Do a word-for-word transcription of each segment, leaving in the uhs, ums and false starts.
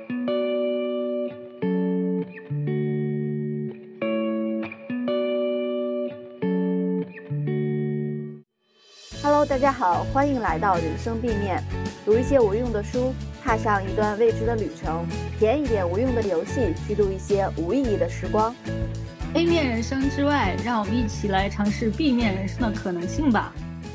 Hello， 大家好，欢迎来到人生 B 面，读一些无用的书，踏上一段未知的旅程，体验一点无用的游戏，虚度一些无意义的时光。 A 面人生之外，让我们一起来尝试 B 面人生的可能性吧。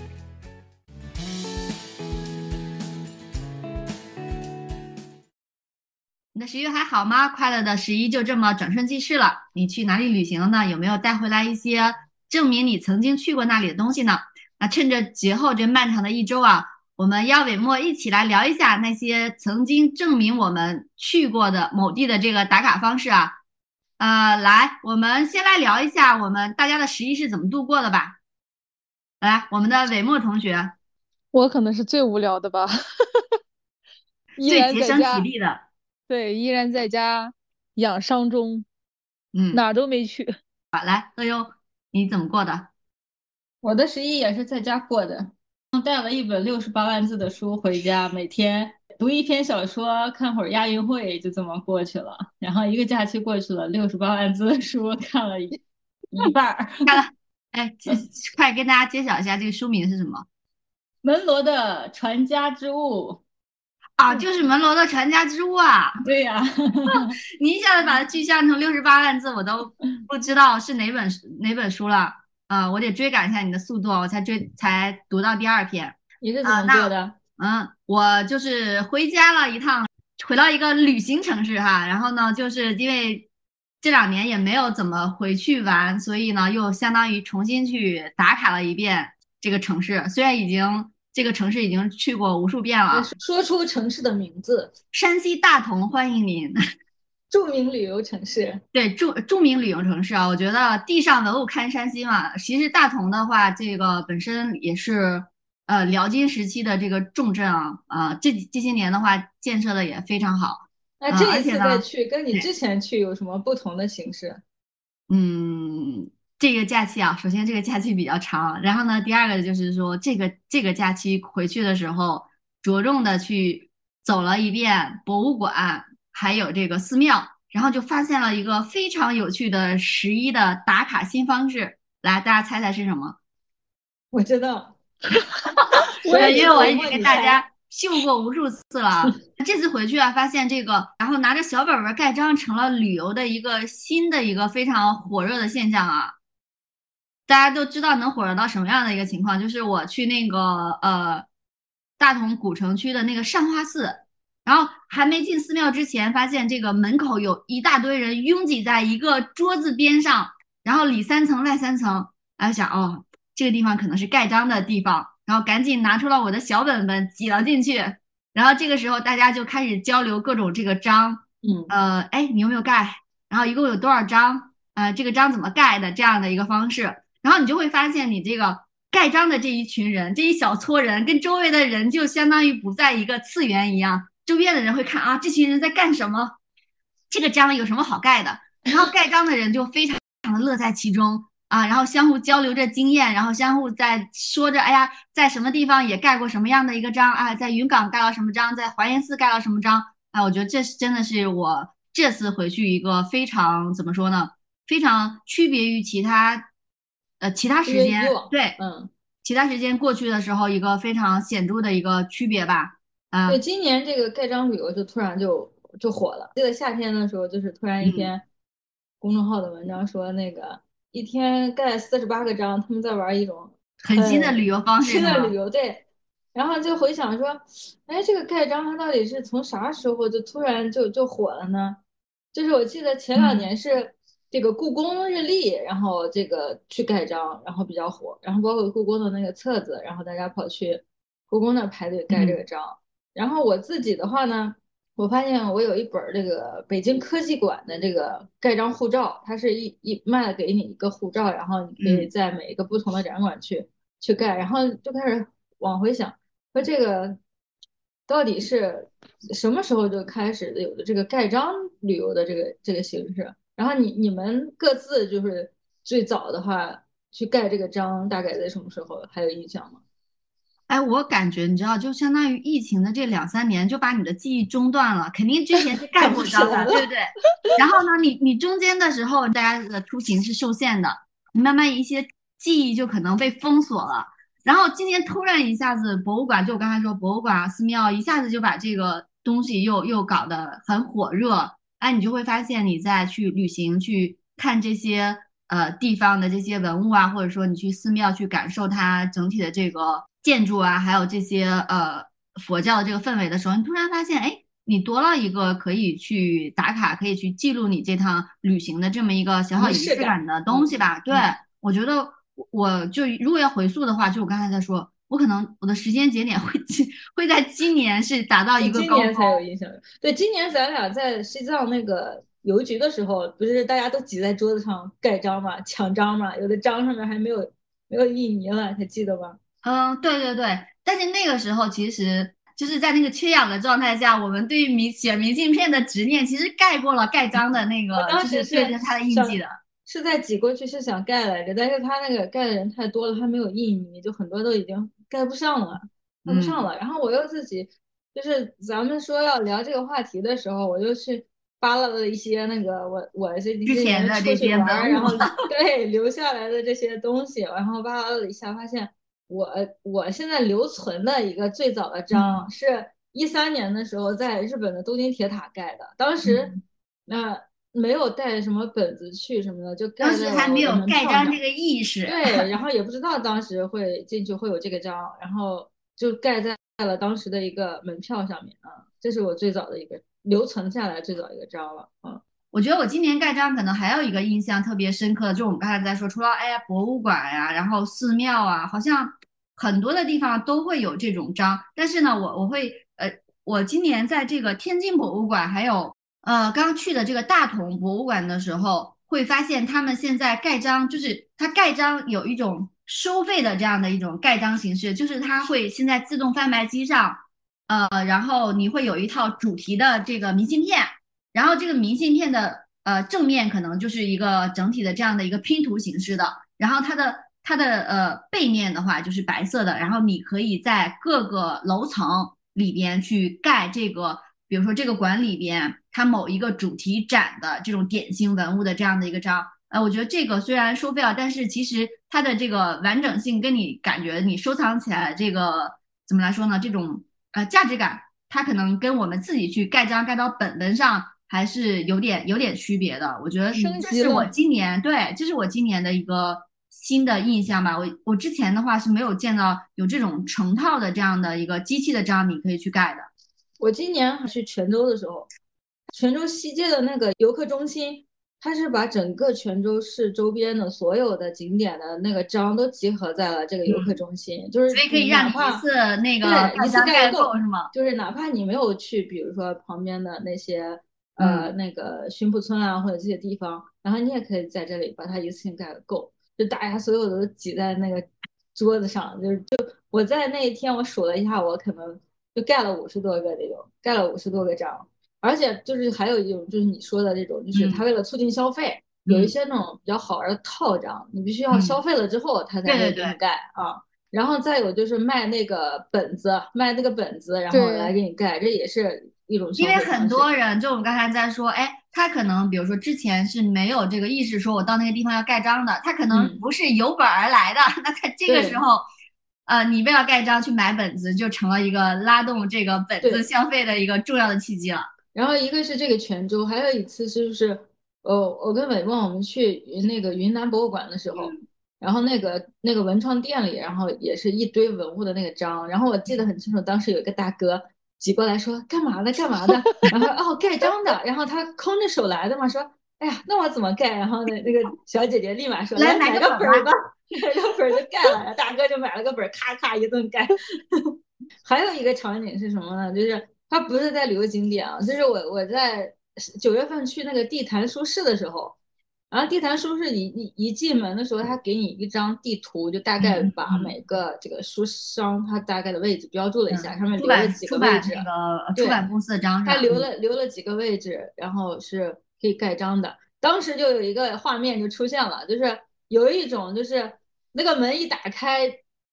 你的十一还好吗？快乐的十一就这么转瞬即逝了。你去哪里旅行了呢？有没有带回来一些证明你曾经去过那里的东西呢？那趁着节后这漫长的一周啊，我们邀尾末一起来聊一下那些曾经证明我们去过的某地的这个打卡方式啊。呃，来，我们先来聊一下我们大家的十一是怎么度过的吧。来，我们的尾末同学， 我可能是最无聊的吧，依最节省体然在家， 力的。 对，依然在家养伤中， 嗯， 哪儿都没去。 好，来，乐优，你怎么过的？ 我的十一也是在家过的，带了一本六十八万字的书回家，每天读一篇小说，看会儿亚运会，就这么过去了。然后一个假期过去了，六十八万字的书看了一一半儿。 看了，哎，这快跟大家揭晓一下这个书名是什么门罗的传家之物啊？就是门罗的传家之物啊！ 对呀、 你一下子把它具象成六十八万字，我都不知道是哪本哪本书了啊！我得追赶一下你的速度，我才追才读到第二篇。 你是怎啊， 么做的？ 嗯，我就是回家了一趟，回到一个旅行城市哈，然后呢，就是因为这两年也没有怎么回去玩，所以呢，又相当于重新去打卡了一遍这个城市。虽然已经这个城市已经去过无数遍了， 说出城市的名字。 山西大同欢迎您。 著名旅游城市， 对，著著名旅游城市啊，我觉得地上文物看山西嘛。其实大同的话，这个本身也是呃辽金时期的这个重镇啊，啊、这这些年的话建设的也非常好。呃那这一次而且呢， 再去，跟你对， 之前去有什么不同的形式？ 嗯，这个假期啊，首先这个假期比较长，然后呢，第二个就是说这个这个假期回去的时候，着重的去走了一遍博物馆，还有这个寺庙，然后就发现了一个非常有趣的十一的打卡新方式。来，大家猜猜是什么？ 我知道， 我也呃，因为我已我经问你猜， 给大家秀过无数次了。这次回去啊，发现这个，然后拿着小本本盖章成了旅游的一个新的一个非常火热的现象啊。大家都知道能火热到什么样的一个情况，就是我去那个呃大同古城区的那个善化寺，然后还没进寺庙之前，发现这个门口有一大堆人拥挤在一个桌子边上，然后里三层外三层，然后想哦，这个地方可能是盖章的地方，然后赶紧拿出了我的小本本挤了进去，然后这个时候大家就开始交流各种这个章， 嗯， 呃，哎，你有没有盖？然后一共有多少章？呃，这个章怎么盖的？这样的一个方式。然后你就会发现，你这个盖章的这一群人，这一小撮人，跟周围的人就相当于不在一个次元一样。周边的人会看啊，这群人在干什么？这个章有什么好盖的？然后盖章的人就非常的乐在其中啊，然后相互交流着经验，然后相互在说着，哎呀，在什么地方也盖过什么样的一个章啊，在云冈盖了什么章，在华严寺盖了什么章啊，我觉得这是真的是我这次回去一个非常怎么说呢？非常区别于其他呃其他因为以时间， 往， 对， 嗯， 其他时间过去的时候一个非常显著的一个区别吧。 对， 啊， 今年这个盖章旅游就突然就就火了。记得夏天的时候，就是突然一嗯， 篇公众号的文章说，那个一天盖四十八个章，他们在玩一种很新的旅很游方式是吗？ 新的旅游，对。然后就回想说，哎，这个盖章它到底是从啥时候就突然就就火了呢？就是我记得前两嗯年是这个故宫日历，然后这个去盖章，然后比较火，然后包括故宫的那个册子，然后大家跑去故宫那儿排队盖这个嗯章。然后我自己的话呢，我发现我有一本儿这个北京科技馆的这个盖章护照，它是一一卖给你一个护照，然后你可以嗯。 在每一个不同的展馆去去盖，然后就开始往回想，说这个到底是什么时候就开始有的这个盖章旅游的这个这个形式？然后你你们各自就是最早的话去盖这个章，大概在什么时候？还有印象吗？ 哎，我感觉你知道，就相当于疫情的这两三年，就把你的记忆中断了。肯定之前是盖想不过章的， 起来了。 对不对？然后呢，你你中间的时候，大家的出行是受限的，你慢慢一些记忆就可能被封锁了。然后今年突然一下子，博物馆就我刚才说，博物馆啊、寺庙一下子就把这个东西又又搞得很火热。哎，你就会发现你在去旅行去看这些呃地方的这些文物啊，或者说你去寺庙去感受它整体的这个建筑啊，还有这些呃佛教的这个氛围的时候，你突然发现，哎，你多了一个可以去打卡、可以去记录你这趟旅行的这么一个小小仪仪式感。 式感的东西嗯吧？对， 嗯， 我觉得我我就如果要回溯的话，就我刚才在说，我可能我的时间节点会会在今年是达到一个高峰。 是今年才有印象。对，今年咱俩在西藏那个邮局的时候，不是大家都挤在桌子上盖章嘛，抢章嘛，有的章上面还没有没有印泥了，还记得吗？ 嗯，对对对，但是那个时候其实就是在那个缺氧的状态下，我们对于明写明信片的执念，其实盖过了盖章的那我个，就当时是是对着它的印记想的。 是在挤过去是想盖来着，但是他那个盖的人太多了，他没有印泥，就很多都已经盖不上了，盖不上嗯， 了。然后我又自己就是咱们说要聊这个话题的时候，我就去扒拉了一些那个我我这这之些前的这年出去玩儿， 些文物， 然后对留下来的这些东西，然后扒拉了一下，发现我我现在留存的一个最早的章嗯是一三年的时候在日本的东京铁塔盖的，当时嗯， 那、没有带什么本子去什么的，就当盖在时还没有了我的门票上。 盖章这个意识。 对，然后也不知道当时会进去会有这个章，然后就盖在了当时的一个门票上面啊，这是我最早的一个留存下来最早一个章了啊。 我觉得我今年盖章可能还有一个印象特别深刻的，就是我们刚才在说，除了哎呀博物馆呀、然后寺庙啊，好像很多的地方都会有这种章。但是呢，我我会呃，我今年在这个天津博物馆，还有呃刚去的这个大同博物馆的时候，会发现他们现在盖章，就是它盖章有一种收费的这样的一种盖章形式，就是它会现在自动贩卖机上，呃，然后你会有一套主题的这个明信片。然后这个明信片的呃正面可能就是一个整体的这样的一个拼图形式的，然后它的它的呃背面的话就是白色的，然后你可以在各个楼层里边去盖这个，比如说这个馆里边它某一个主题展的这种典型文物的这样的一个章。呃，我觉得这个虽然收费了，但是其实它的这个完整性跟你感觉你收藏起来的这个怎么来说呢？这种呃价值感，它可能跟我们自己去盖章盖到本本上还是有点有点区别的。我觉得升这是我级了。 今年对，这是我今年的一个新的印象吧。我我之前的话是没有见到有这种成套的这样的一个机器的章，你可以去盖的。 我今年去泉州的时候，泉州西街的那个游客中心，它是把整个泉州市周边的所有的景点的那个章都集合在了这个游客嗯， 中心，就是所以可以让你一哪怕次那个对一次盖章盖盖个够， 够是吗？ 就是哪怕你没有去，比如说旁边的那些呃嗯。 那个巡捕村啊或者这些地方，然后你也可以在这里把它一次性盖个够，就大家所有的都挤在那个桌子上，就是我在那一天我数了一下，我可能就盖了五十多个这种，盖了五十多个章。而且就是还有一种，就是你说的这种，就是他嗯为了促进消费，有一嗯些那种比较好玩的套章，你必须要消嗯， 费了之后，他才对对对。 会给你盖啊。然后再有就是卖那个本子，卖那个本子，然后来对， 给你盖，这也是一种消因为很费方式。 多人，就我们刚才在说，哎，他可能比如说之前是没有这个意识，说我到那个地方要盖章的，他可能嗯， 不是有本而来的。那在这个时对候，呃，你为了盖章去买本子，就成了一个拉动这个本子对。 消费的一个重要的契机了。 然后一个是这个泉州，还有一次是就是呃，我跟伟梦我们去云那个云南博物馆的时候， 嗯然后那个那个文创店里，然后也是一堆文物的那个章，然后我记得很清楚，当时有一个大哥挤过来说干嘛的干嘛的，然后哦盖章的，然后他空着手来的嘛，说哎呀那我怎么盖？然后那那个小姐姐立马说来来买买个本吧。 个本儿吧，买个本儿就盖了，大哥就买了个本儿，咔咔一顿盖。还有一个场景是什么呢？就是它不是在旅游景点啊，就是我我在九月份去那个地坛书市的时候，然后地坛书市一一一进门的时候，他给你一张地图，就大嗯概嗯嗯把每个这个书商它大概的位置标注了一下， 嗯， 上面出留了几版出版个位置， 那个呃出对， 版公司的章是吧？ 他留嗯了留了几个位置，然后是可以盖章的。当时就有一个画面就出现了，就是有一种就是那个门一打开，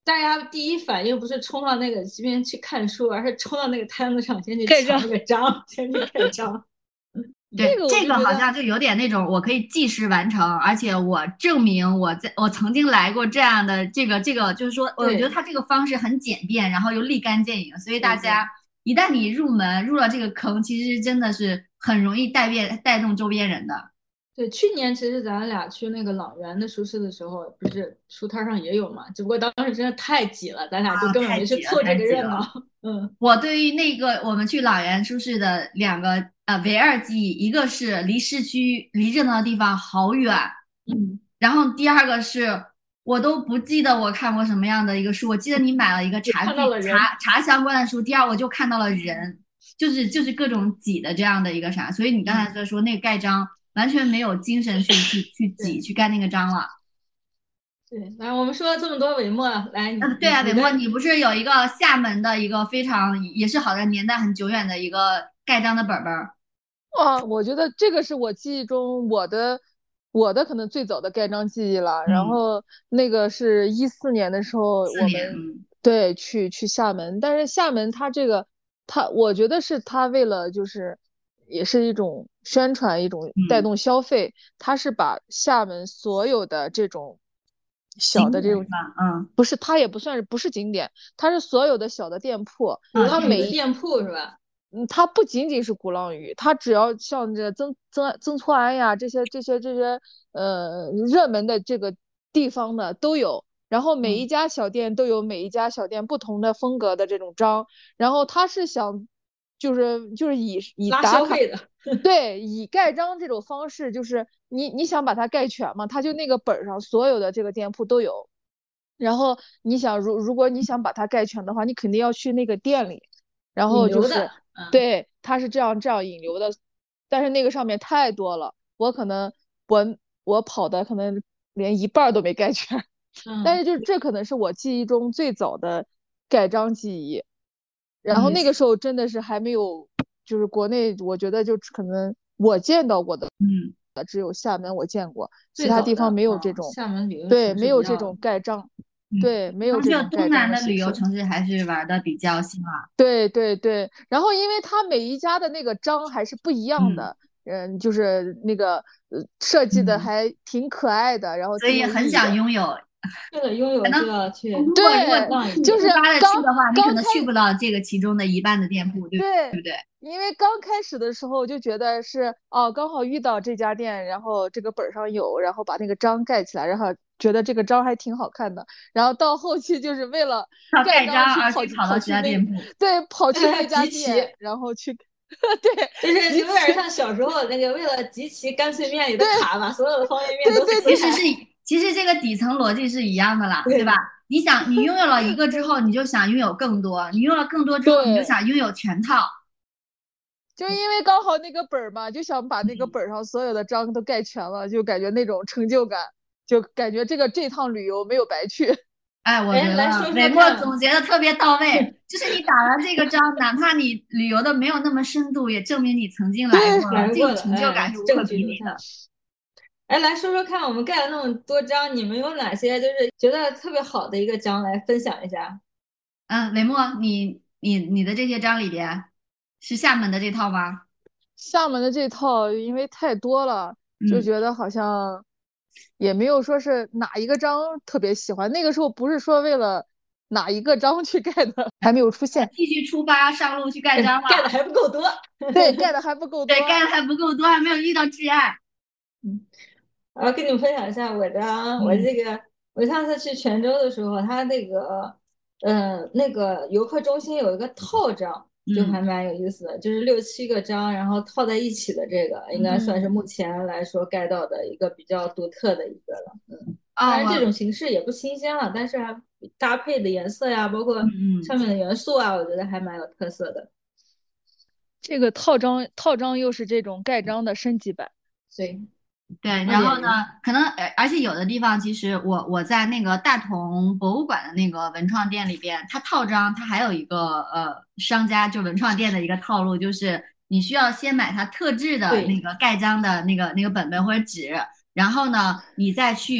大家第一反应不是冲到那个机边去看书，而是冲到那个摊子上先去盖章抢那个章，先去盖章。 对， 这个我这个就觉得好像就有点那种，我可以即时完成，而且我证明我在我曾经来过这样的这个这个，就是说，我对觉得它这个方式很简便，然后又立竿见影，所以大对家一旦你入门入了这个坑，其实真的是很容易带变带动周边人的。 对，去年其实咱俩去那个朗园的书市的时候，不是书摊上也有嘛，只不过当时真的太挤了，咱俩就啊， 根本没去太挤了， 凑这太挤了。 个热闹。嗯， 我对于那个我们去老园书市的两个呃唯二记忆，一个是离市区离热闹的地方好远， 嗯， 然后第二个是我都不记得我看过什么样的一个书，我记得你买了一个就茶具看到了人。 茶茶相关的书，第二我就看到了人，就是就是各种挤的这样的一个啥，所以你刚才在说那个盖章完全没有精神去去去挤对去盖那个章了。 对，来，我们说了这么多韦墨，来，你嗯，对啊， 你的伟墨，你不是有一个厦门的一个非常也是好像年代很久远的一个盖章的本本儿？ 啊，我觉得这个是我记忆中我的我的可能最早的盖章记忆了。然嗯， 后那个是一四年的时候， 四年， 我们嗯对去去厦门，但是厦门它这个它，我觉得是它为了就是也是一种宣传，一种带嗯， 动消费，它是把厦门所有的这种小景的这种。 点是吧？嗯不是，它也不算是不是景点，它是所有的小的店铺， 嗯， 有它每一几个店铺是吧？ 嗯，它不仅仅是鼓浪屿，它只要像这曾曾曾厝垵呀这些这些这些呃热门的这个地方呢都有。然后每一嗯， 家小店都有每一家小店不同的风格的这种章，然后他是想就是就是以以拉打卡， 消费的。 对，以盖章这种方式，就是你你想把它盖全嘛，它就那个本儿上所有的这个店铺都有。然后你想，如如果你想把它盖全的话，你肯定要去那个店里，然引流的。 后就是嗯， 对，它是这样这样引流的，但是那个上面太多了，我可能我我跑的可能连一半儿都没盖全。但嗯， 是就这可能是我记忆中最早的盖章记忆。然后嗯那个时候真的是还没有，就是国内我觉得就可能我见到过的嗯， 只有厦门我见过，其最早的他地方没有这啊， 种， 厦门旅游对， 城市比较。 没有这种盖章， 嗯， 对，没有咱们这这种盖个东南的章的形式。 旅游城市还是玩的比较兴旺。 对对对，然后因为它每一家的那个章还是不一样嗯的，嗯，就是那个呃设计的嗯， 还挺可爱的，然后挺所以很有意义的。 想拥有。 为了拥有可能就要去如果如果对， 浪一遍。 就是你突发的刚去的话，你可刚开能去不到这个其中的一半的店铺，对对， 对不对？ 因为刚开始的时候就觉得是哦，刚好遇到这家店，然后这个本儿上有，然后把那个章盖起来，然后觉得这个章还挺好看的，然后到后期就是为了靠盖盖章而章去跑去跑到其跑去那， 他店铺。 对，跑去那家集齐， 店，然后去，对， 就是集齐， 有点像小时候那个为了集齐干脆面里的对卡，把所有的方便面对都撕开。 其实是其实这个底层逻辑是一样的啦，对对吧？你想你拥有了一个之后，你就想拥有更多；你拥有了更多之后，你就对， 想拥有全套。 就因为刚好那个本儿嘛，就想把那个嗯， 本儿上所有的章都盖全了，就感觉那种成就感，就感觉这个这趟旅游没有白去。 哎，我哎， 觉来说得韦墨说看。 总结的特别到位，就是你打完这个章，哪怕你旅游的没有那么深度，也证明你曾经来过了，这来过的， 种成就哎， 感是无可证据比拟的。 如上。哎，来说说看，我们盖了那么多章，你们有哪些就是觉得特别好的一个章来分享一下？ 嗯，雷墨，你你你的这些章里边是厦门的这套吗？ 厦门的这套因为太多了，就嗯， 觉得好像也没有说是哪一个章特别喜欢。那个时候不是说为了哪一个章去盖的，还没有出现。 继续出发上路去盖哎， 章了。 盖的还不够多。 对，盖的还不够多。 对，盖的还不够多，还没有遇到挚爱。 嗯，我要跟你们分享一下我的啊，我嗯这个我上次去泉州的时候，它那个嗯、呃那个游客中心有一个套章，就还嗯蛮有意思的，就是六七个章，然后套在一起的这个，应该算是嗯， 目前来说盖到的一个比较独特的一个了。嗯，当哦， 然这种我形式也不新鲜了，但是还搭配的颜色呀，包括嗯嗯上面的元素啊，我觉得还蛮有特色的。 这个套章套章又是这种盖章的升级版。 对， 对， 二然后呢， 点零。 可能呃而且有的地方其实我我在那个大同博物馆的那个文创店里边，它套章它还有一个呃商家就文创店的一个套路，就是你需要先买它特制的那对， 个盖章的那个那个本本或者纸，然后呢，你再去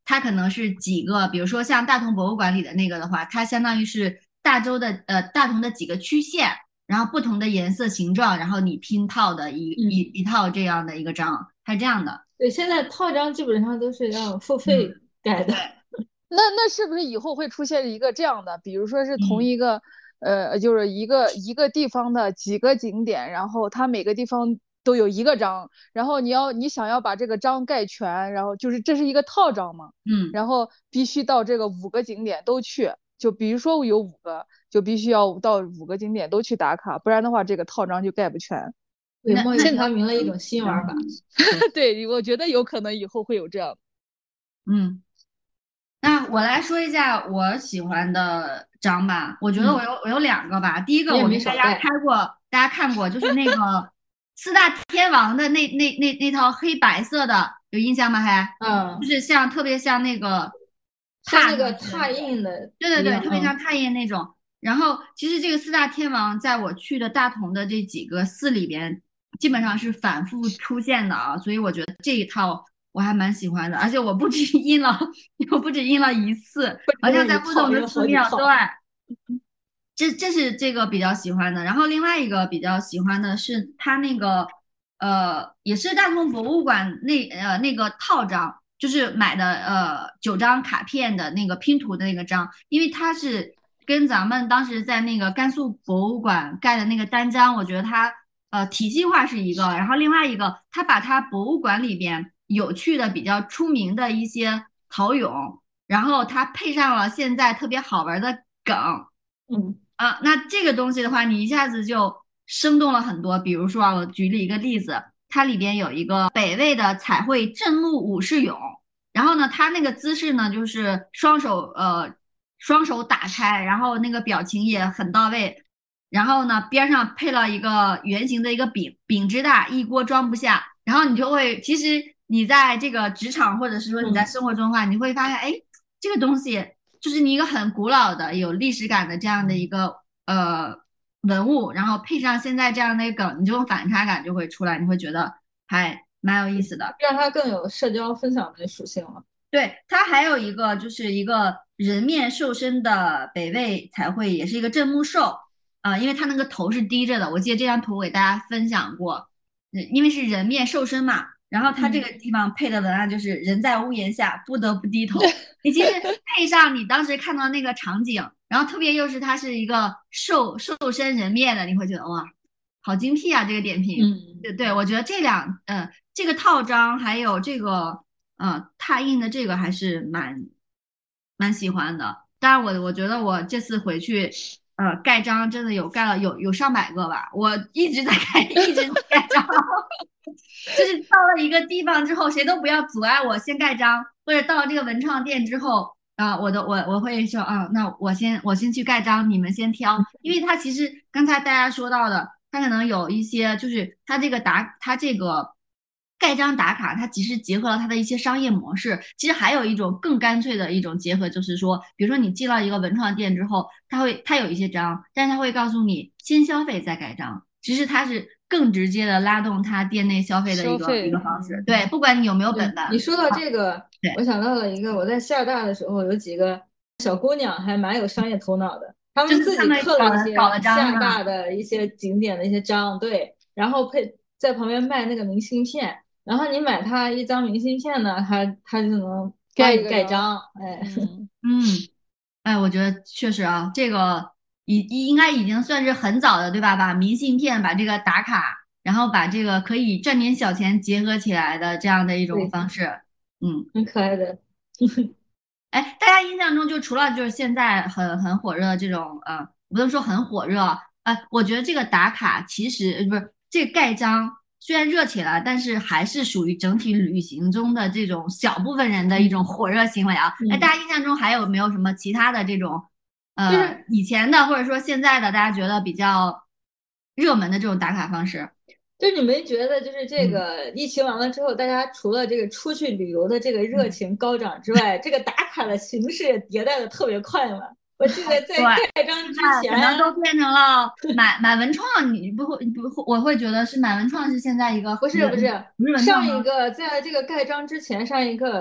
它可能是几个，比如说像大同博物馆里的那个的话，它相当于是大洲的呃大同的几个区县，然后不同的颜色形状，然后你拼套的一、 嗯一一套这样的一个章，它是这样的。 对，现在套章基本上都是要付费嗯盖的。 那那是不是以后会出现一个这样的，比如说是同嗯一个，呃，就是一个一个地方的几个景点，然后它每个地方都有一个章，然后你要你想要把这个章盖全，然后就是这是一个套章嘛， 嗯， 然后必须到这个五个景点都去，就比如说有五个，就必须要到五个景点都去打卡，不然的话这个套章就盖不全。 对， 那墨鱼现发明了一种新玩法。 对，我觉得有可能以后会有这样。 嗯，那我来说一下我喜欢的章吧。我觉得我有、我有两个吧。第一个你也我给大家没少带开过，大家看过，就是那个四大天王的那那那那套黑白色的，有印象吗？还嗯就，是像特别像那个像那个拓拓印的对对对， 一样嗯特别像拓印那种。然后其实这个四大天王在我去的大同的这几个寺里边，基本上是反复出现的啊，所以我觉得这一套我还蛮喜欢的，而且我不止印了，我不止印了一次，好像在不同的寺庙，对，这这是这个比较喜欢的。然后另外一个比较喜欢的是它那个呃，也是大同博物馆那呃那个套章。就是买的呃九张卡片的那个拼图的那个章，因为它是跟咱们当时在那个甘肃博物馆盖的那个单章，我觉得它呃体系化是一个，然后另外一个，它把它博物馆里边有趣的、比较出名的一些陶俑，然后它配上了现在特别好玩的梗嗯啊，那这个东西的话，你一下子就生动了很多。比如说啊，我举例一个例子，它里边有一个北魏的彩绘镇墓武士俑，然后呢，他那个姿势呢，就是双手呃双手打开，然后那个表情也很到位，然后呢边上配了一个圆形的一个饼，饼之大一锅装不下，然后你就会，其实你在这个职场或者是说你在生活中的话，你会发现，哎，这个东西就是你一个很古老的有历史感的这样的一个呃文物，然后配上现在这样的一个梗，你这种反差感就会出来，你会觉得还蛮有意思的。 让它更有社交分享的属性了。 对，它还有一个就是一个人面兽身的北魏彩绘，也是一个镇墓兽啊、因为它那个头是低着的，我记得这张图我给大家分享过，呃因为是人面兽身嘛，然后它这个地方配的文案就是人在屋檐下不得不低头。你其实配上你当时看到那个场景，然后特别又是它是一个兽兽身人面的，你会觉得哇，好精辟啊，这个点评。 嗯， 对对，我觉得这两呃这个套章还有这个呃拓印的这个还是蛮蛮喜欢的。当然我我觉得我这次回去呃盖章真的有盖了有有上百个吧，我一直在盖一直在盖章，就是到了一个地方之后，谁都不要阻碍我先盖章，或者到了这个文创店之后。啊，我的我我会说啊，那我先我先去盖章，你们先挑，因为它其实刚才大家说到的，它可能有一些就是它这个打它这个盖章打卡，它其实结合了它的一些商业模式。其实还有一种更干脆的一种结合，就是说，比如说你进了一个文创店之后，它会它有一些章，但是它会告诉你先消费再盖章。其实它是更直接的拉动它店内消费的一个消费一个方式。对，不管你有没有对本本。 你说到这个对， 我想到了一个，我在厦大的时候有几个小姑娘还蛮有商业头脑的，她们就是自己他们搞刻了一些了搞了章厦是吧大的一些景点的一些章，对，然后配在旁边卖那个明信片，然后你买它一张明信片呢，它它就能帮你盖一个章盖章，哎， 嗯， 嗯，哎，我觉得确实啊，这个已应该已经算是很早的，对吧？把明信片、把这个打卡，然后把这个可以赚点小钱结合起来的这样的一种对方式。嗯， 很可爱的。 哎，大家印象中就除了就是现在很很火热的这种呃，不能说很火热，呃，我觉得这个打卡其实呃不是这个盖章虽然热起来，但是还是属于整体旅行中的这种小部分人的一种火热行为啊。哎， 嗯大家印象中还有没有什么其他的这种呃就是以前的或者说现在的大家觉得比较热门的这种打卡方式？ 就是你没觉得，就是这嗯个疫情完了之后，大家除了这个出去旅游的这个热情高涨之外，这个打卡的形式也迭代的特别快吗？我记得在对盖章之那可能前， 都变成了买买文创，你不会不会，我会觉得是买文创是现在一个不是不是不是文创吗？ 上一个在这个盖章之前，上一个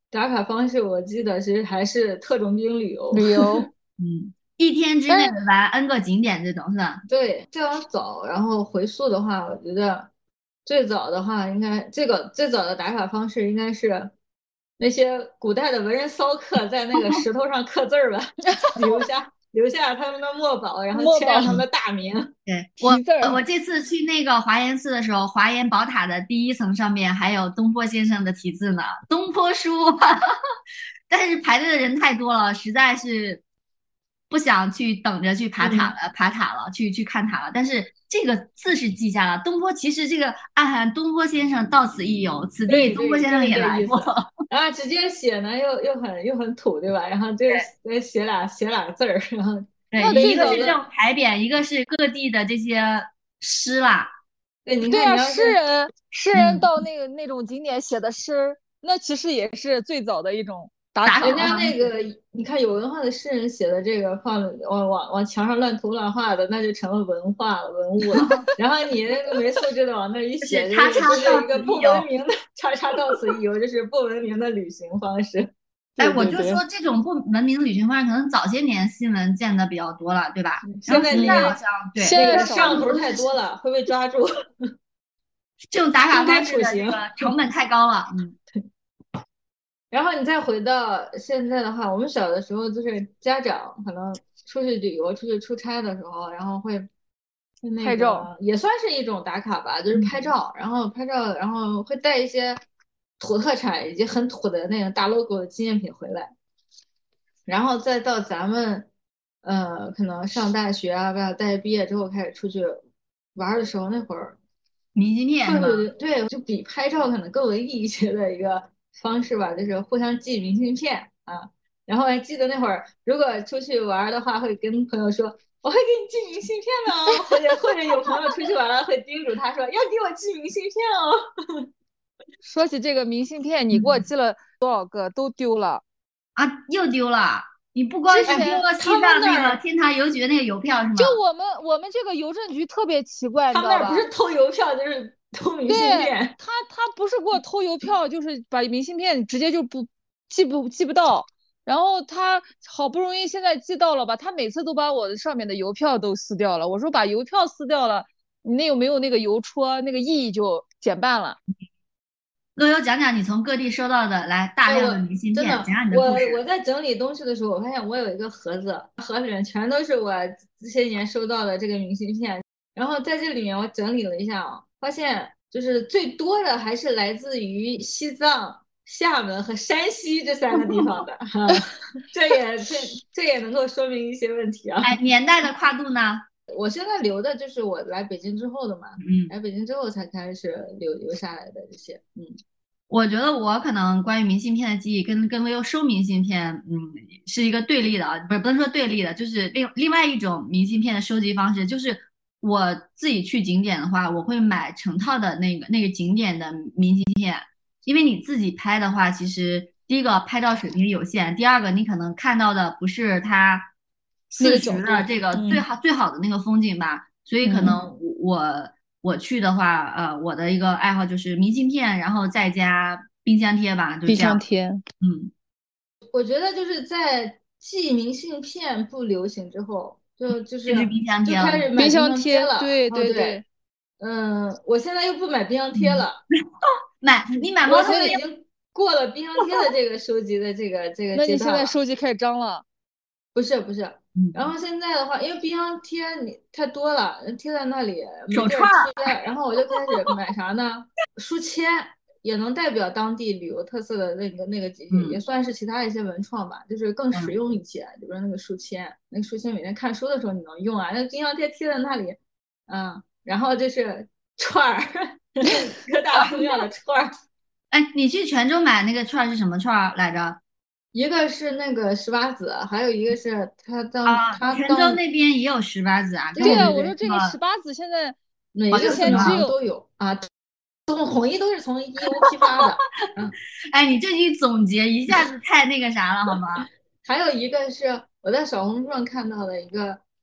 打卡方式我记得其实还是特种兵旅游。 旅游， 嗯，一天之内玩 N 个景点这种是吧？ 对，这样早，然后回溯的话，我觉得最早的话，应该这个最早的打卡方式应该是那些古代的文人骚客在那个石头上刻字儿吧，留下留下他们的墨宝，然后墨宝签上他们的大名。 对，我题字儿我这次去那个华严寺的时候，华严宝塔的第一层上面还有东坡先生的题字呢，东坡书。但是排队的人太多了，实在是不想去等着去爬塔了，爬塔了，去去看塔了。但是这个字是记下了，东坡其实这个暗含东坡先生到此一游，此地对东坡先生对， 也就是这意思。 来过。 然后直接写呢，又又很又很土，对吧？然后就再写俩写俩字儿，然后对，一那最早的个是这种牌匾，一个是各地的这些诗啦。 对，你对啊， 看你要是诗人诗嗯人到那个那种景点写的诗，那其实也是最早的一种打打卡人卡家那个，你看有文化的诗人写的这个放往往往墙上乱涂乱画的，那就成了文化了文物了。然后你那个没素质的往那儿一写， 就是这是叉叉这是一个不到此一游文明的叉叉到此一游，这是不文明的旅行方式。 哎，我对对对就说这种不文明的旅行方式，可能早些年新闻见的比较多了，对吧？然后现在那个现在好像对那个现在少上头太多了，会被抓住。 这种打卡公开方式的这处刑。 个成本太高了。嗯， 然后你再回到现在的话，我们小的时候就是家长可能出去旅游、出去出差的时候，然后会会那个拍照也算是一种打卡吧，就是拍照，然后拍照，然后会带一些土特产以及很土的那种大 logo 的纪念品回来，然后再到咱们呃可能上大学啊，吧，大学毕业之后开始出去玩儿的时候，那会儿明信片是吗？ 对对，就比拍照可能更为意义些的一个方式吧，就是互相寄明信片啊。然后还记得那会儿，如果出去玩儿的话，会跟朋友说我会给你寄明信片的哦，或者或者有朋友出去玩了，会叮嘱他说要给我寄明信片哦。 说起这个明信片，你给我寄了多少个都丢了。 啊，又丢了！你不光是之前丢了西他们藏那那儿个天堂邮局的那个邮票是吗？ 就我们我们这个邮政局特别奇怪， 他你知道吧？ 们那儿不是偷邮票就是偷明信对片。 他，他不是给我偷邮票，就是把明信片直接就不寄不寄不到。然后他好不容易现在寄到了吧，他每次都把我的上面的邮票都撕掉了。我说把邮票撕掉了，你那有没有那个邮戳，那个意义就减半了。 乐悠讲讲你从各地收到的来大量的明信片， 真的讲讲你的我故事。 我在整理东西的时候，我发现我有一个盒子，盒里面全都是我这些年收到的这个明信片。然后在这里面我整理了一下啊，发现就是最多的还是来自于西藏、厦门和山西这三个地方的，哈，这也这这也能够说明一些问题啊。 哎，年代的跨度呢？ 我现在留的就是我来北京之后的嘛， 嗯， 来北京之后才开始留留下来的这些，嗯。 我觉得我可能关于明信片的记忆跟跟悠悠收明信片，嗯，是一个对立的啊，不是不能说对立的，就是另另外一种明信片的收集方式，就是我自己去景点的话，我会买成套的那个那个景点的明信片，因为你自己拍的话，其实第一个拍照水平有限，第二个你可能看到的不是它那个四十角度的这个嗯最好、最好的那个风景吧，所以可能我。我去的话，呃，我的一个爱好就是明信片，然后再加冰箱贴吧，就这冰样。 箱贴， 嗯， 我觉得就是在寄明信片不流行之后，就就是就是冰箱就贴了。 开始买冰箱箱贴了。 对哦对对对嗯，我现在又不买冰箱贴了， 买你买我猫头鹰， 现在已经过了冰箱贴的这个收集的这个这个那你现阶段了。 在收集开始脏了。 不是不是， 嗯然后现在的话，因为冰箱贴你太多了，贴在那里没地儿手串儿贴，然后我就开始买啥呢？书签也能代表当地旅游特色的那个那个几句， 嗯也算是其他一些文创吧，就是更实用一些。比如说那个书签，那个书签每天看书的时候你能用啊，那冰箱贴贴在那里，嗯，然后就是串儿，各大寺庙的串儿。 哎，你去泉州买那个串儿是什么串儿来着？ 一个是那个十八子，还有一个是他当、 啊，泉州他当那边也有十八子啊。 对对啊， 对对我说这个啊十八子现在每个之前寺庙只有都有啊，都统一都是从义乌批发的。嗯， 哎，你这一总结一下子太那个啥了，好吗？ 还有一个是我在小红书上看到的一个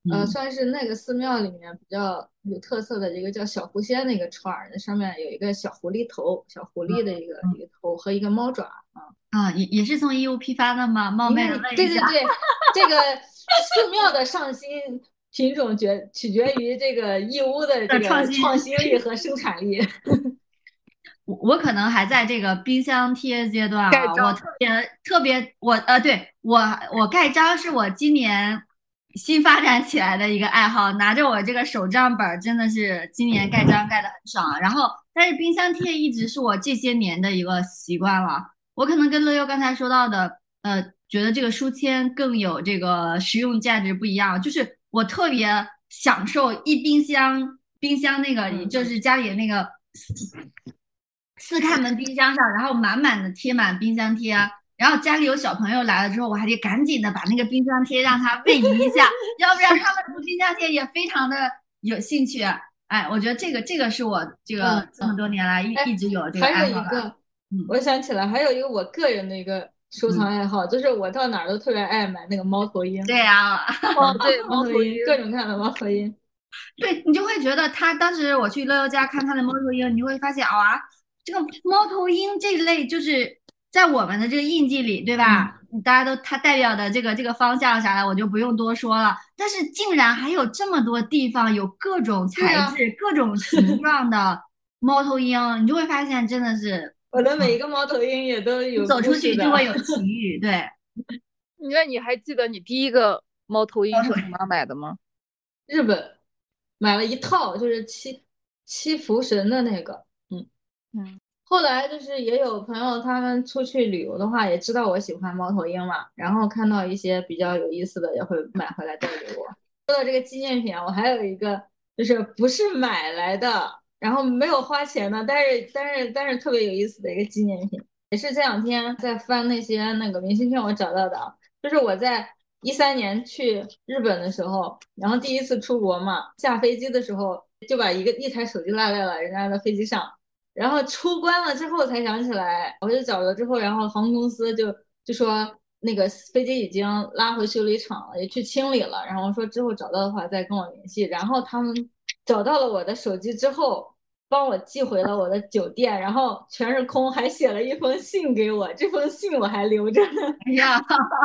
呃， 嗯算是那个寺庙里面比较有特色的一个叫小狐仙的一个串儿，那上面有一个小狐狸头，小狐狸的一个嗯一个头和一个猫爪啊。 啊，也也是从义乌批发的吗？冒昧的你看， 问一下。 对对对，这个寺庙的上新品种决取决于这个义乌的这个的创新。 创新力和生产力。 我我可能还在这个冰箱贴阶段啊， 盖章我特别特别我呃，对我我盖章是我今年新发展起来的一个爱好，拿着我这个手账本儿，真的是今年盖章盖的很爽啊。然后，但是冰箱贴一直是我这些年的一个习惯了。我可能跟乐优刚才说到的，呃，觉得这个书签更有这个实用价值不一样，就是我特别享受一冰箱冰箱那个， 嗯就是家里的那个。四开门冰箱上，然后满满的贴满冰箱贴啊，然后家里有小朋友来了之后，我还得赶紧的把那个冰箱贴让他位移一下，要不然他们读冰箱贴也非常的有兴趣。哎，我觉得这个这个是我这个嗯这么多年来一哎一直有的这个还爱好吧。 有一个， 嗯， 我想起来，还有一个我个人的一个收藏爱好，就是我到哪儿都特别爱买那个猫头鹰。 对啊， 哦，对， 猫头鹰， 猫头鹰， 各种各样的猫头鹰。 对你就会觉得他当时我去乐乐家看他的猫头鹰，你就会发现哇，这个猫头鹰这一类就是在我们的这个印记里，对吧？大家都它代表的这个这个方向啥的，我就不用多说了。但是竟然还有这么多地方有各种对啊材质、各种形状的猫头鹰，你就会发现真的是我的每一个猫头鹰也都有你走出故事的。 去就会有奇遇。对， 那你还记得你第一个猫头鹰是从哪买的吗？ 日本买了一套，就是七七福神的那个。嗯嗯， 后来就是也有朋友他们出去旅游的话，也知道我喜欢猫头鹰嘛，然后看到一些比较有意思的，也会买回来带给我。说到这个纪念品啊，我还有一个就是不是买来的，然后没有花钱的，但是但是但是特别有意思的一个纪念品，也是这两天在翻那些那个明信片我找到的啊，就是我在一三年去日本的时候，然后第一次出国嘛，下飞机的时候就把一个一台手机落在了人家的飞机上。然后出关了之后才想起来，我就找了之后，然后航空公司就就说那个飞机已经拉回修理厂了，也去清理了。然后说之后找到的话再跟我联系。然后他们找到了我的手机之后，帮我寄回了我的酒店，然后全是空，还写了一封信给我，这封信我还留着呢。 哎呀，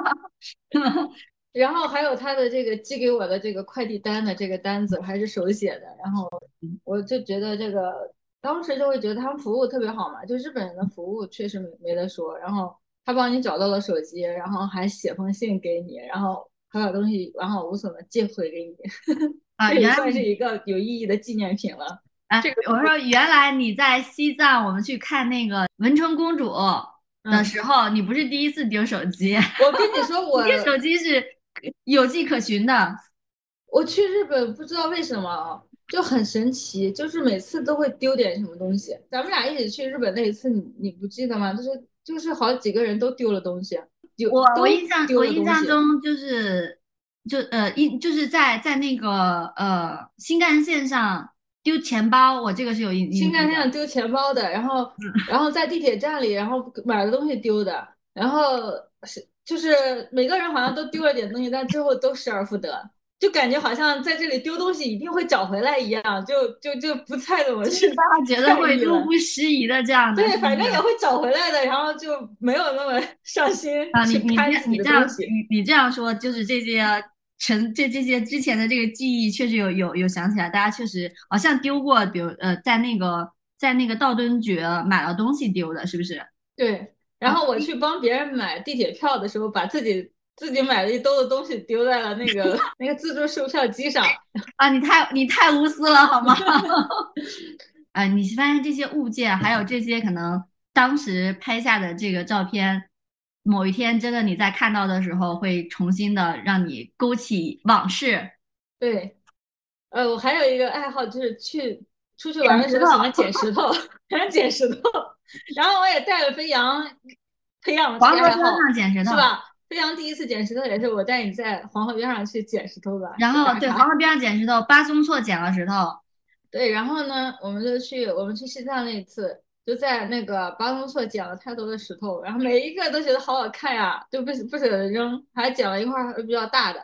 然后还有他的这个寄给我的这个快递单的这个单子还是手写的，然后我就觉得这个当时就会觉得他们服务特别好嘛，就日本人的服务确实没没得说。然后他帮你找到了手机，然后还写封信给你，然后还把东西完好无损的寄回给你， 啊， 这也原来算是一个有意义的纪念品了。 哎， 这个我说原来你在西藏，我们去看那个文成公主的时候，你不是第一次丢手机， 我跟你说，我你这手机是有迹可循的。 我去日本不知道为什么啊，就很神奇，就是每次都会丢点什么东西。咱们俩一起去日本那一次，你你不记得吗？就是就是好几个人都丢了东西，丢我都我印象我印丢了东西。 象中就是就呃印就是在在那个呃新干线上丢钱包，我这个是有印新印象的。 干线上丢钱包的，然后然后在地铁站里，然后买的东西丢的，然后是就是每个人好像都丢了点东西，但最后都失而复得。就感觉好像在这里丢东西一定会找回来一样，就就就不太怎么去大家觉得会在意了。 路不拾遗的这样的， 对， 是不是反正也会找回来的，然后就没有那么上心啊，你去你这看自己你这样的东西。 你你这样说，就是这些陈这这些之前的这个记忆确实有有有想起来，大家确实好像丢过，比如呃在那个在那个道顿崛买了东西丢的，是不是？ 对，然后我去帮别人买地铁票的时候，把自己自己买的一兜子东西丢在了那个那个自助售票机上。 啊，你太你太无私了好吗？啊，你发现这些物件，还有这些可能当时拍下的这个照片，某一天真的你在看到的时候，会重新的让你勾起往事。 对，呃，我还有一个爱好就是去出去玩的时候喜欢捡石头，喜欢捡石头。然后我也带了飞扬培养了这黄河边个爱好， 上捡石头， 是吧？飞扬第一次捡石头也是我带你在黄河边上去捡石头的， 然后打卡。 对黄河边上捡石头，巴松措捡了石头， 对，然后呢，我们就去我们去西藏那一次，就在那个巴东措捡了太多的石头，然后每一个都觉得好好看呀，就不不舍得扔，还捡了一块儿比较大的。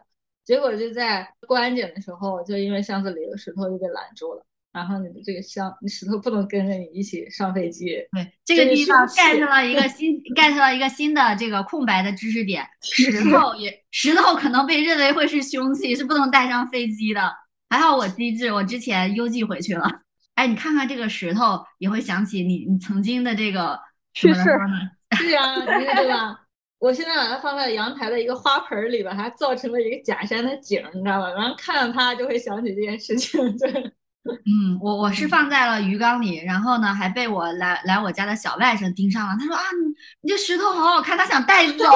结果就在过安检的时候，就因为箱子里有石头就被拦住了，然后你的这个箱，你石头不能跟着你一起上飞机。 对，这个地方 get 了一个新 get 了一个新的这个空白的知识点，石头也石头可能被认为会是凶器，是不能带上飞机的。还好我机智，我之前邮寄回去了。哎，你看看这个石头，也会想起你你曾经的这个趣事。 是啊，你看对吧？我现在把它放在阳台的一个花盆里边，还造成了一个假山的景，你知道吧？然后看到它就会想起这件事情。对， 嗯，我我是放在了鱼缸里，然后呢，还被我来来我家的小外甥盯上了。他说啊，你你这石头好好看，他想带走。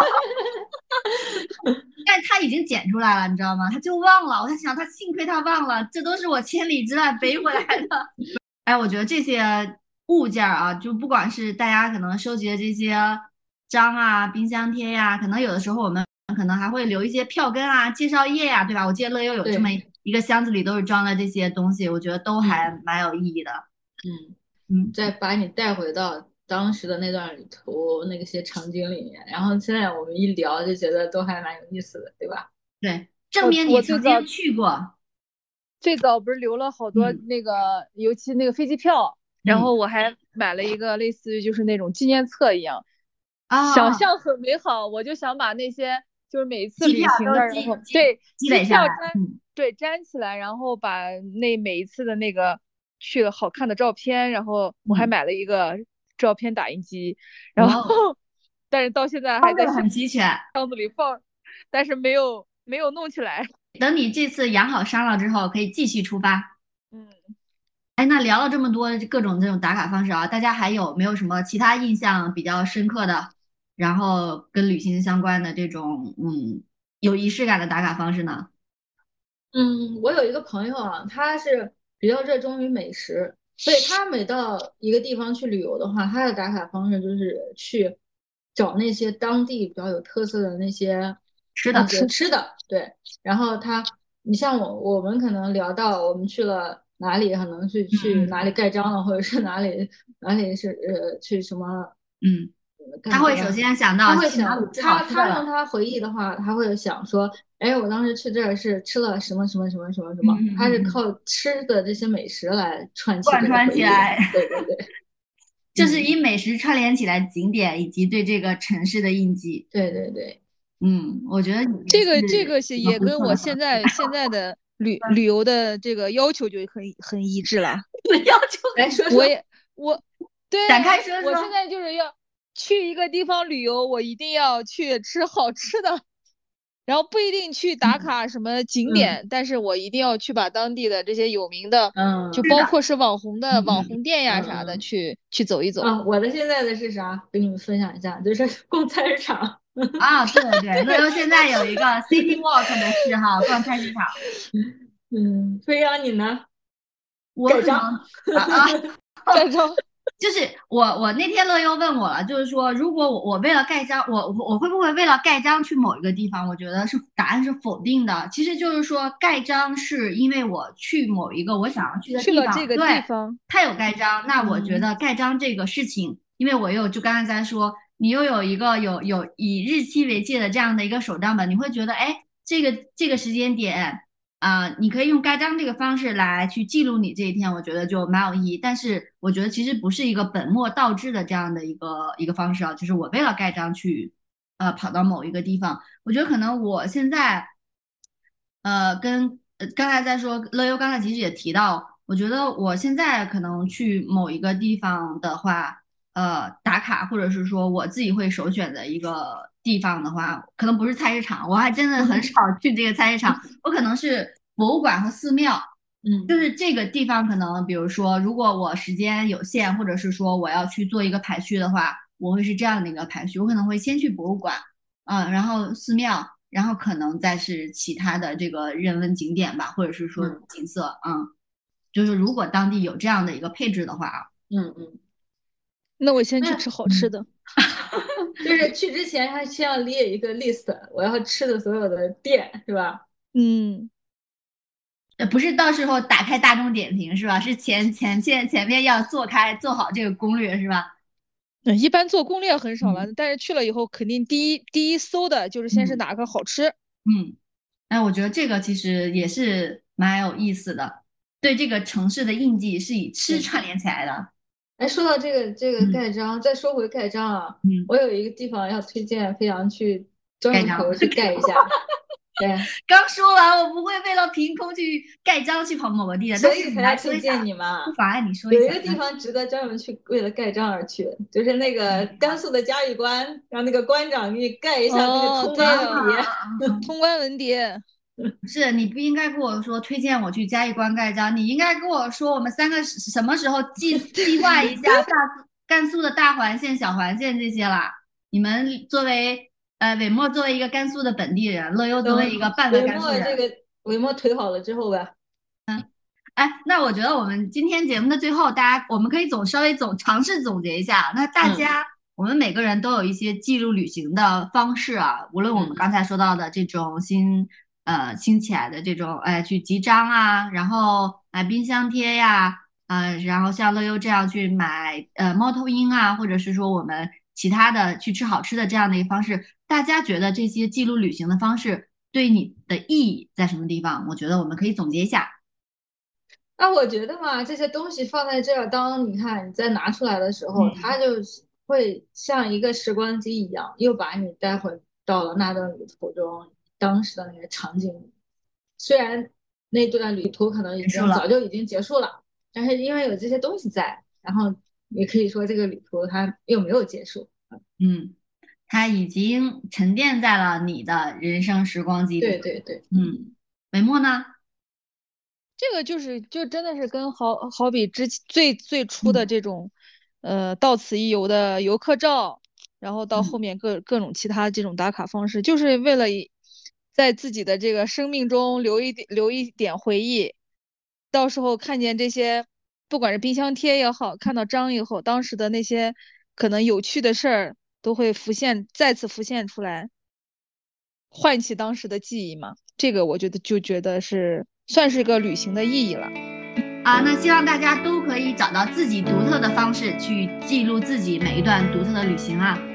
但他已经捡出来了，你知道吗？他就忘了。我在想，他幸亏他忘了，这都是我千里之外背回来的。哎，我觉得这些物件啊，就不管是大家可能收集的这些章啊、冰箱贴呀、啊，可能有的时候我们可能还会留一些票根啊、介绍页呀、啊，对吧？我记得乐悠有这么一个箱子里都是装了这些东西，我觉得都还蛮有意义的。 嗯嗯，再把你带回到当时的那段旅途那些场景里面，然后现在我们一聊就觉得都还蛮有意思的，对吧？ 对，证明你曾经去过。 最早不是留了好多那个，嗯、尤其那个飞机票，然后我还买了一个类似于就是那种纪念册一样， 啊、 想象很美好，我就想把那些就是每一次旅行的，然后对机票粘、嗯、对粘起来，然后把那每一次的那个去了好看的照片，然后我还买了一个照片打印机，嗯、然后但是到现在还在很齐全箱子里放，但是没有没有弄起来。 等你这次养好伤了之后，可以继续出发。 嗯， 哎，那聊了这么多各种这种打卡方式啊，大家还有没有什么其他印象比较深刻的，然后跟旅行相关的这种嗯有仪式感的打卡方式呢？ 嗯，我有一个朋友啊，他是比较热衷于美食，所以他每到一个地方去旅游的话，他的打卡方式就是去找那些当地比较有特色的那些吃的吃吃的，对。然后他，你像我，我们可能聊到我们去了哪里，可能是去哪里盖章了，或者是哪里哪里是呃去什么， 嗯，他会首先想到， 他会想他他用他回忆的话，他会想说，哎，我当时去这儿是吃了什么什么什么什么什么， 嗯、 他是靠吃的这些美食来串起贯穿起来， 对对对。 就是以美食串联起来景点以及对这个城市的印记。 对对对， 嗯，我觉得这个这个也跟我现在现在的旅旅游的这个要求就很很一致了。 要求来说说， 我也我对展开说说。 我现在就是要去一个地方旅游，我一定要去吃好吃的。然后不一定去打卡什么景点， 嗯、 但是我一定要去把当地的这些有名的， 嗯， 就包括是网红的、 嗯、 网红店呀嗯、 啥的，去去走一走。 啊，我的现在的是啥？跟你们分享一下，就是逛菜市场。 啊，对对，乐悠现在有一个 City Walk 的嗜好，逛菜市场。 嗯，飞扬你呢？ 我可能啊啊， 盖章。 就是我，我那天乐悠问我了，就是说，如果我我为了盖章，我我会不会为了盖章去某一个地方？我觉得是答案是否定的。其实就是说，盖章是因为我去某一个我想要去的地方， 去了这个地方， 它有盖章，那我觉得盖章这个事情，嗯、因为我又就刚才在说，你又有一个有有以日期为界的这样的一个手账本，你会觉得，哎，这个这个时间点。啊、呃，你可以用盖章这个方式来去记录你这一天，我觉得就蛮有意义。但是我觉得其实不是一个本末倒置的这样的一个一个方式啊，就是我为了盖章去呃跑到某一个地方。我觉得可能我现在呃跟呃刚才在说乐悠刚才其实也提到，我觉得我现在可能去某一个地方的话，呃打卡或者是说我自己会首选的一个。地方的话，可能不是菜市场，我还真的很少去这个菜市场。我可能是博物馆和寺庙， 嗯， 就是这个地方可能，比如说，如果我时间有限，或者是说我要去做一个排序的话，我会是这样的一个排序。我可能会先去博物馆，嗯，然后寺庙，然后可能再是其他的这个人文景点吧，或者是说景色，嗯，嗯就是如果当地有这样的一个配置的话， 嗯嗯。 那我先去吃好吃的， 就是去之前还先要列一个 list， 我要吃的所有的店是吧？ 嗯， 不是到时候打开大众点评是吧？是前前前前面要做开做好这个攻略是吧？ 嗯，一般做攻略很少了，嗯、但是去了以后肯定第一第一搜的就是先是哪个好吃， 嗯， 哎，我觉得这个其实也是蛮有意思的，对这个城市的印记是以吃串联起来的。 哎，说到这个这个嗯盖章，再说回盖章啊， 嗯， 我有一个地方要推荐飞扬去专盖章门跑过去盖一下。对， 刚说完，我不会为了凭空去盖章去跑某个地的， 所但是你以才要推来说一下， 荐你嘛。 不妨碍你说有一下。 一个地方值得专门去为了盖章而去，就是那个甘肃的嘉峪关，让那个关长给你盖一下那个哦， 通对关文牒。 哦，通关文牒。 不是，你不应该跟我说推荐我去嘉峪关盖章，你应该跟我说我们三个是什么时候计计划一下大甘肃的大环线、小环线这些啦。你们作为呃韦墨作为一个甘肃的本地人，乐优作为一个半个韦甘肃人， 墨这个韦墨腿好了之后呗， 哎，那我觉得我们今天节目的最后，大家我们可以总稍微总尝试总结一下。那大家，我们每个人都有一些记录旅行的方式啊，无论我们刚才说到的这种新呃兴起来的这种，哎，去集章啊，然后买冰箱贴呀，呃，然后像乐优这样去买呃猫头鹰啊，或者是说我们其他的去吃好吃的这样的一个方式，大家觉得这些记录旅行的方式对你的意义在什么地方？我觉得我们可以总结一下。 那我觉得嘛，这些东西放在这儿，当你看你再拿出来的时候， 嗯它就是会像一个时光机一样，又把你带回到了那段旅途中，当时的那个场景里。虽然那段旅途可能已经结束了早就已经结束了，但是因为有这些东西在，然后也可以说这个旅途它又没有结束。 嗯，它已经沉淀在了你的人生时光机里。 对对对， 嗯，韦墨呢？ 这个就是就真的是跟好好比之最最初的这种，呃，到此一游的游客照，然后到后面各各种其他这种打卡方式，就是为了以在自己的这个生命中留一点留一点回忆，到时候看见这些，不管是冰箱贴也好，看到章以后，当时的那些可能有趣的事儿都会浮现，再次浮现出来，唤起当时的记忆嘛。这个我觉得就觉得是算是个旅行的意义了。 啊，那希望大家都可以找到自己独特的方式去记录自己每一段独特的旅行啊。